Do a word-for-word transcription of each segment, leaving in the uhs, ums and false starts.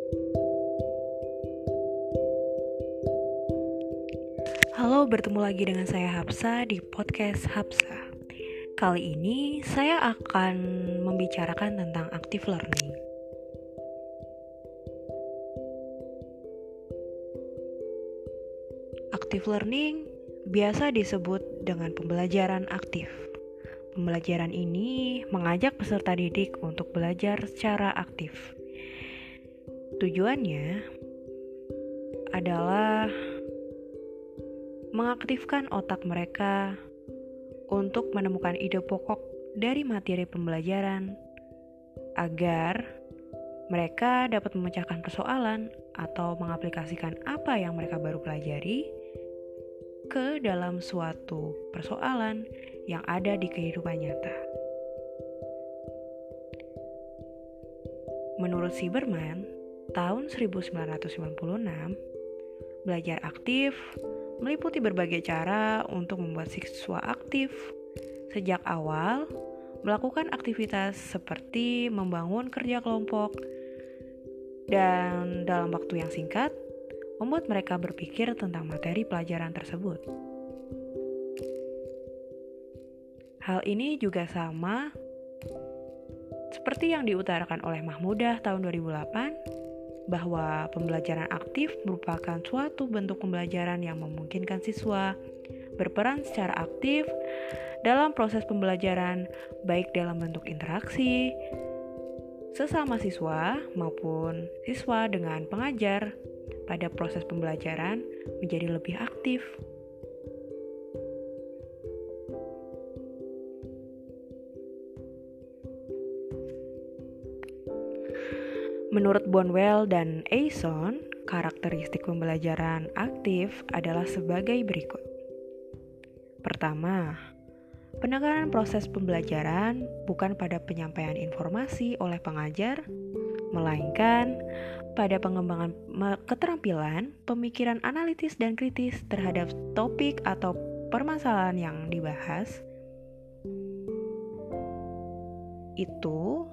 Halo, bertemu lagi dengan saya Hapsa di podcast Hapsa. Kali ini saya akan membicarakan tentang active learning. Active learning biasa disebut dengan pembelajaran aktif. Pembelajaran ini mengajak peserta didik untuk belajar secara aktif. Tujuannya adalah mengaktifkan otak mereka untuk menemukan ide pokok dari materi pembelajaran agar mereka dapat memecahkan persoalan atau mengaplikasikan apa yang mereka baru pelajari ke dalam suatu persoalan yang ada di kehidupan nyata. Menurut Silberman, tahun seribu sembilan ratus sembilan puluh enam, belajar aktif meliputi berbagai cara untuk membuat siswa aktif sejak awal melakukan aktivitas seperti membangun kerja kelompok dan dalam waktu yang singkat membuat mereka berpikir tentang materi pelajaran tersebut. Hal ini juga sama seperti yang diutarakan oleh Mahmudah tahun dua ribu delapan, bahwa pembelajaran aktif merupakan suatu bentuk pembelajaran yang memungkinkan siswa berperan secara aktif dalam proses pembelajaran, baik dalam bentuk interaksi sesama siswa maupun siswa dengan pengajar pada proses pembelajaran menjadi lebih aktif. Menurut Bonwell dan Eison, karakteristik pembelajaran aktif adalah sebagai berikut. Pertama, penekanan proses pembelajaran bukan pada penyampaian informasi oleh pengajar, melainkan pada pengembangan keterampilan pemikiran analitis dan kritis terhadap topik atau permasalahan yang dibahas. Itu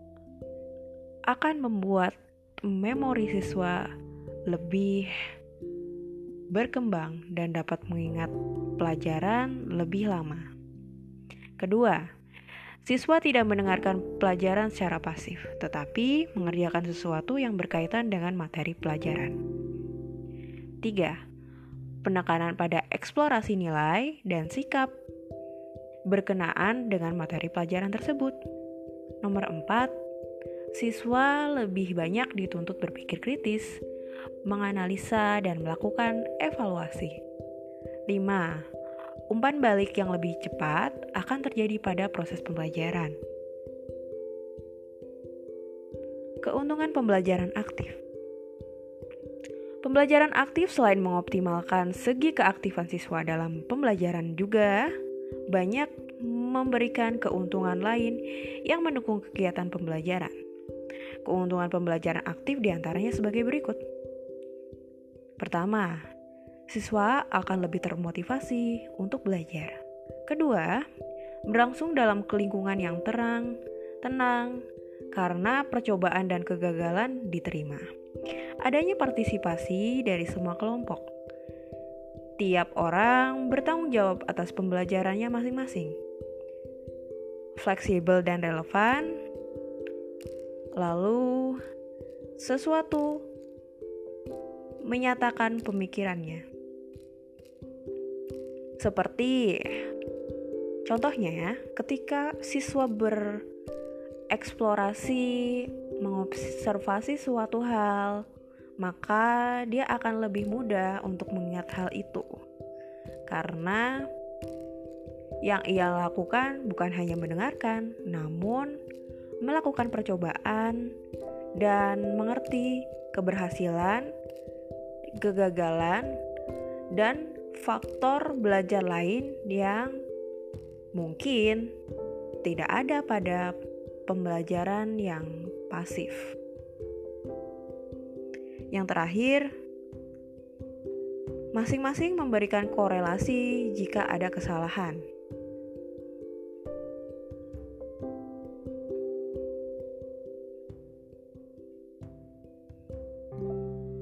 akan membuat memori siswa lebih berkembang dan dapat mengingat pelajaran lebih lama. Kedua, siswa tidak mendengarkan pelajaran secara pasif, tetapi mengerjakan sesuatu yang berkaitan dengan materi pelajaran. Tiga, penekanan pada eksplorasi nilai dan sikap berkenaan dengan materi pelajaran tersebut. Nomor empat, siswa lebih banyak dituntut berpikir kritis, menganalisa, dan melakukan evaluasi. lima. Umpan balik yang lebih cepat akan terjadi pada proses pembelajaran. Keuntungan pembelajaran aktif. Pembelajaran aktif selain mengoptimalkan segi keaktifan siswa dalam pembelajaran juga banyak memberikan keuntungan lain yang mendukung kegiatan pembelajaran. Keuntungan pembelajaran aktif diantaranya sebagai berikut. Pertama, siswa akan lebih termotivasi untuk belajar. Kedua, berlangsung dalam lingkungan yang terang, tenang, karena percobaan dan kegagalan diterima. Adanya partisipasi dari semua kelompok. Tiap orang bertanggung jawab atas pembelajarannya masing-masing. Fleksibel dan relevan. Lalu, sesuatu menyatakan pemikirannya. Seperti contohnya ya, ketika siswa bereksplorasi, mengobservasi suatu hal, maka dia akan lebih mudah untuk mengingat hal itu. Karena yang ia lakukan bukan hanya mendengarkan, namun melakukan percobaan dan mengerti keberhasilan, kegagalan, dan faktor belajar lain yang mungkin tidak ada pada pembelajaran yang pasif. Yang terakhir, masing-masing memberikan korelasi jika ada kesalahan.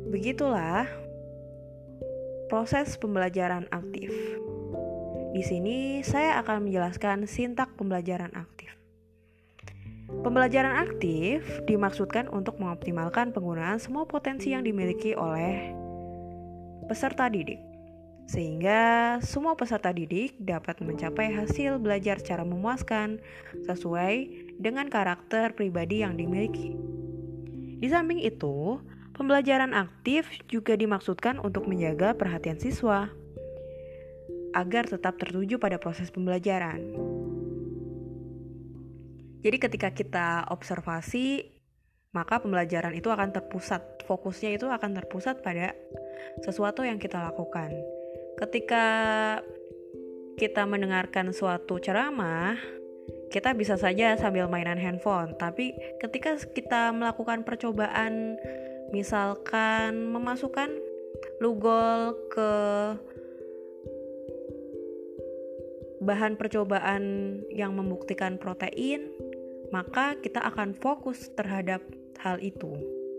Begitulah proses pembelajaran aktif. Di sini saya akan menjelaskan sintak pembelajaran aktif. Pembelajaran aktif dimaksudkan untuk mengoptimalkan penggunaan semua potensi yang dimiliki oleh peserta didik, sehingga semua peserta didik dapat mencapai hasil belajar secara memuaskan sesuai dengan karakter pribadi yang dimiliki. Di samping itu, pembelajaran aktif juga dimaksudkan untuk menjaga perhatian siswa agar tetap tertuju pada proses pembelajaran. Jadi ketika kita observasi, maka pembelajaran itu akan terpusat, fokusnya itu akan terpusat pada sesuatu yang kita lakukan. Ketika kita mendengarkan suatu ceramah, kita bisa saja sambil mainan handphone, tapi ketika kita melakukan percobaan, misalkan memasukkan lugol ke bahan percobaan yang membuktikan protein, maka kita akan fokus terhadap hal itu.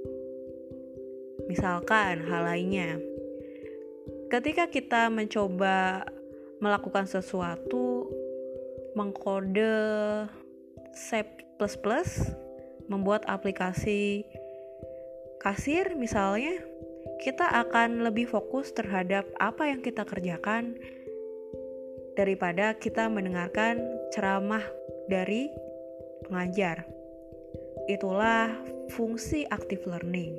Misalkan hal lainnya, ketika kita mencoba melakukan sesuatu, mengkode C plus plus, membuat aplikasi kasir misalnya, kita akan lebih fokus terhadap apa yang kita kerjakan daripada kita mendengarkan ceramah dari pengajar. Itulah fungsi active learning.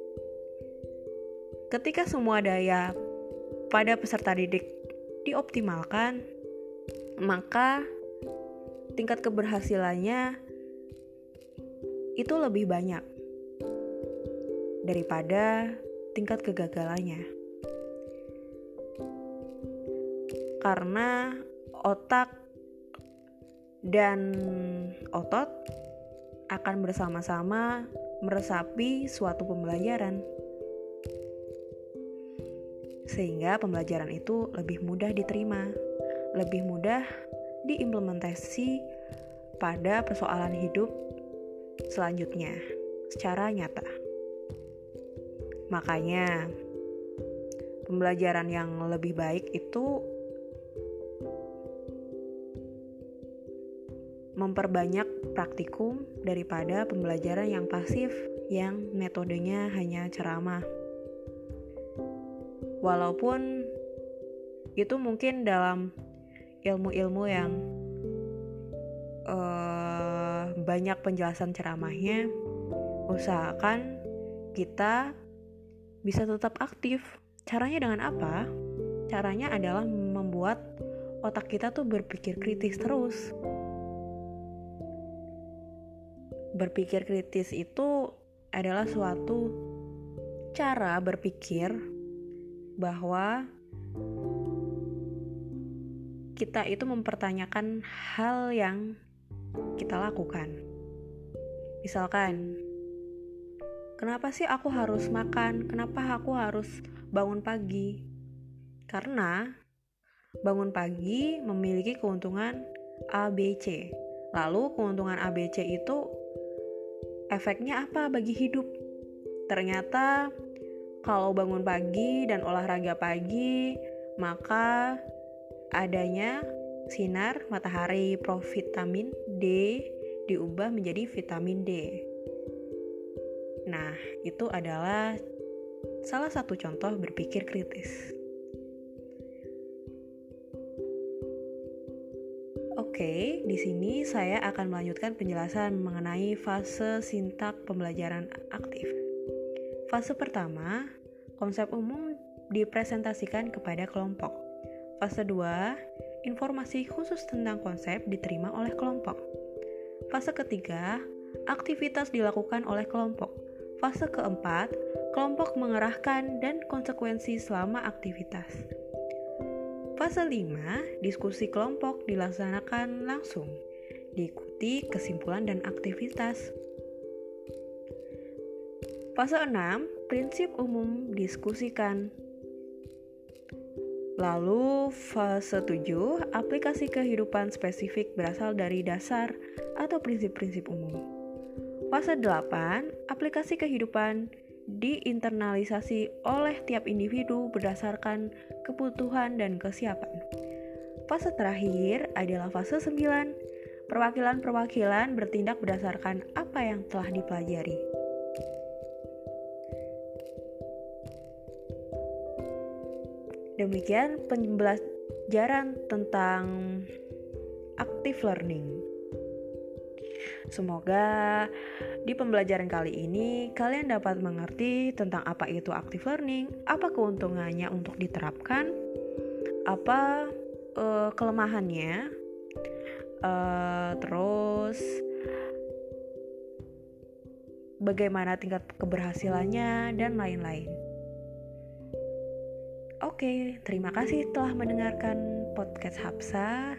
Ketika semua daya pada peserta didik dioptimalkan, maka tingkat keberhasilannya itu lebih banyak daripada tingkat kegagalannya. Karena otak dan otot akan bersama-sama meresapi suatu pembelajaran, sehingga pembelajaran itu lebih mudah diterima, lebih mudah diimplementasi pada persoalan hidup selanjutnya secara nyata. Makanya pembelajaran yang lebih baik itu memperbanyak praktikum daripada pembelajaran yang pasif yang metodenya hanya ceramah. Walaupun itu mungkin dalam ilmu-ilmu yang uh, banyak penjelasan ceramahnya, usahakan kita bisa tetap aktif. Caranya dengan apa? Caranya adalah membuat otak kita tuh berpikir kritis terus. Berpikir kritis itu adalah suatu cara berpikir bahwa kita itu mempertanyakan hal yang kita lakukan. Misalkan, kenapa sih aku harus makan? Kenapa aku harus bangun pagi? Karena bangun pagi memiliki keuntungan A B C. Lalu keuntungan A B C itu efeknya apa bagi hidup? Ternyata kalau bangun pagi dan olahraga pagi, maka adanya sinar matahari provitamin D diubah menjadi vitamin D. Nah, itu adalah salah satu contoh berpikir kritis. Oke, di sini saya akan melanjutkan penjelasan mengenai fase sintak pembelajaran aktif. Fase pertama, konsep umum dipresentasikan kepada kelompok. Fase dua, informasi khusus tentang konsep diterima oleh kelompok. Fase ketiga, aktivitas dilakukan oleh kelompok. Fase keempat, kelompok mengerahkan dan konsekuensi selama aktivitas. Fase lima, diskusi kelompok dilaksanakan langsung, diikuti kesimpulan dan aktivitas. Fase enam, prinsip umum diskusikan. Lalu fase tujuh, aplikasi kehidupan spesifik berasal dari dasar atau prinsip-prinsip umum. Fase delapan, aplikasi kehidupan diinternalisasi oleh tiap individu berdasarkan kebutuhan dan kesiapan. Fase terakhir adalah fase sembilan. Perwakilan-perwakilan bertindak berdasarkan apa yang telah dipelajari. Demikian pembelajaran tentang active learning. Semoga di pembelajaran kali ini kalian dapat mengerti tentang apa itu active learning, apa keuntungannya untuk diterapkan, apa uh, kelemahannya, uh, terus bagaimana tingkat keberhasilannya, dan lain-lain. Oke, terima kasih telah mendengarkan podcast Hapsa.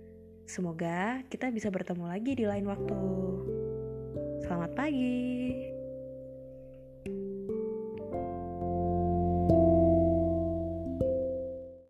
Semoga kita bisa bertemu lagi di lain waktu. Selamat pagi.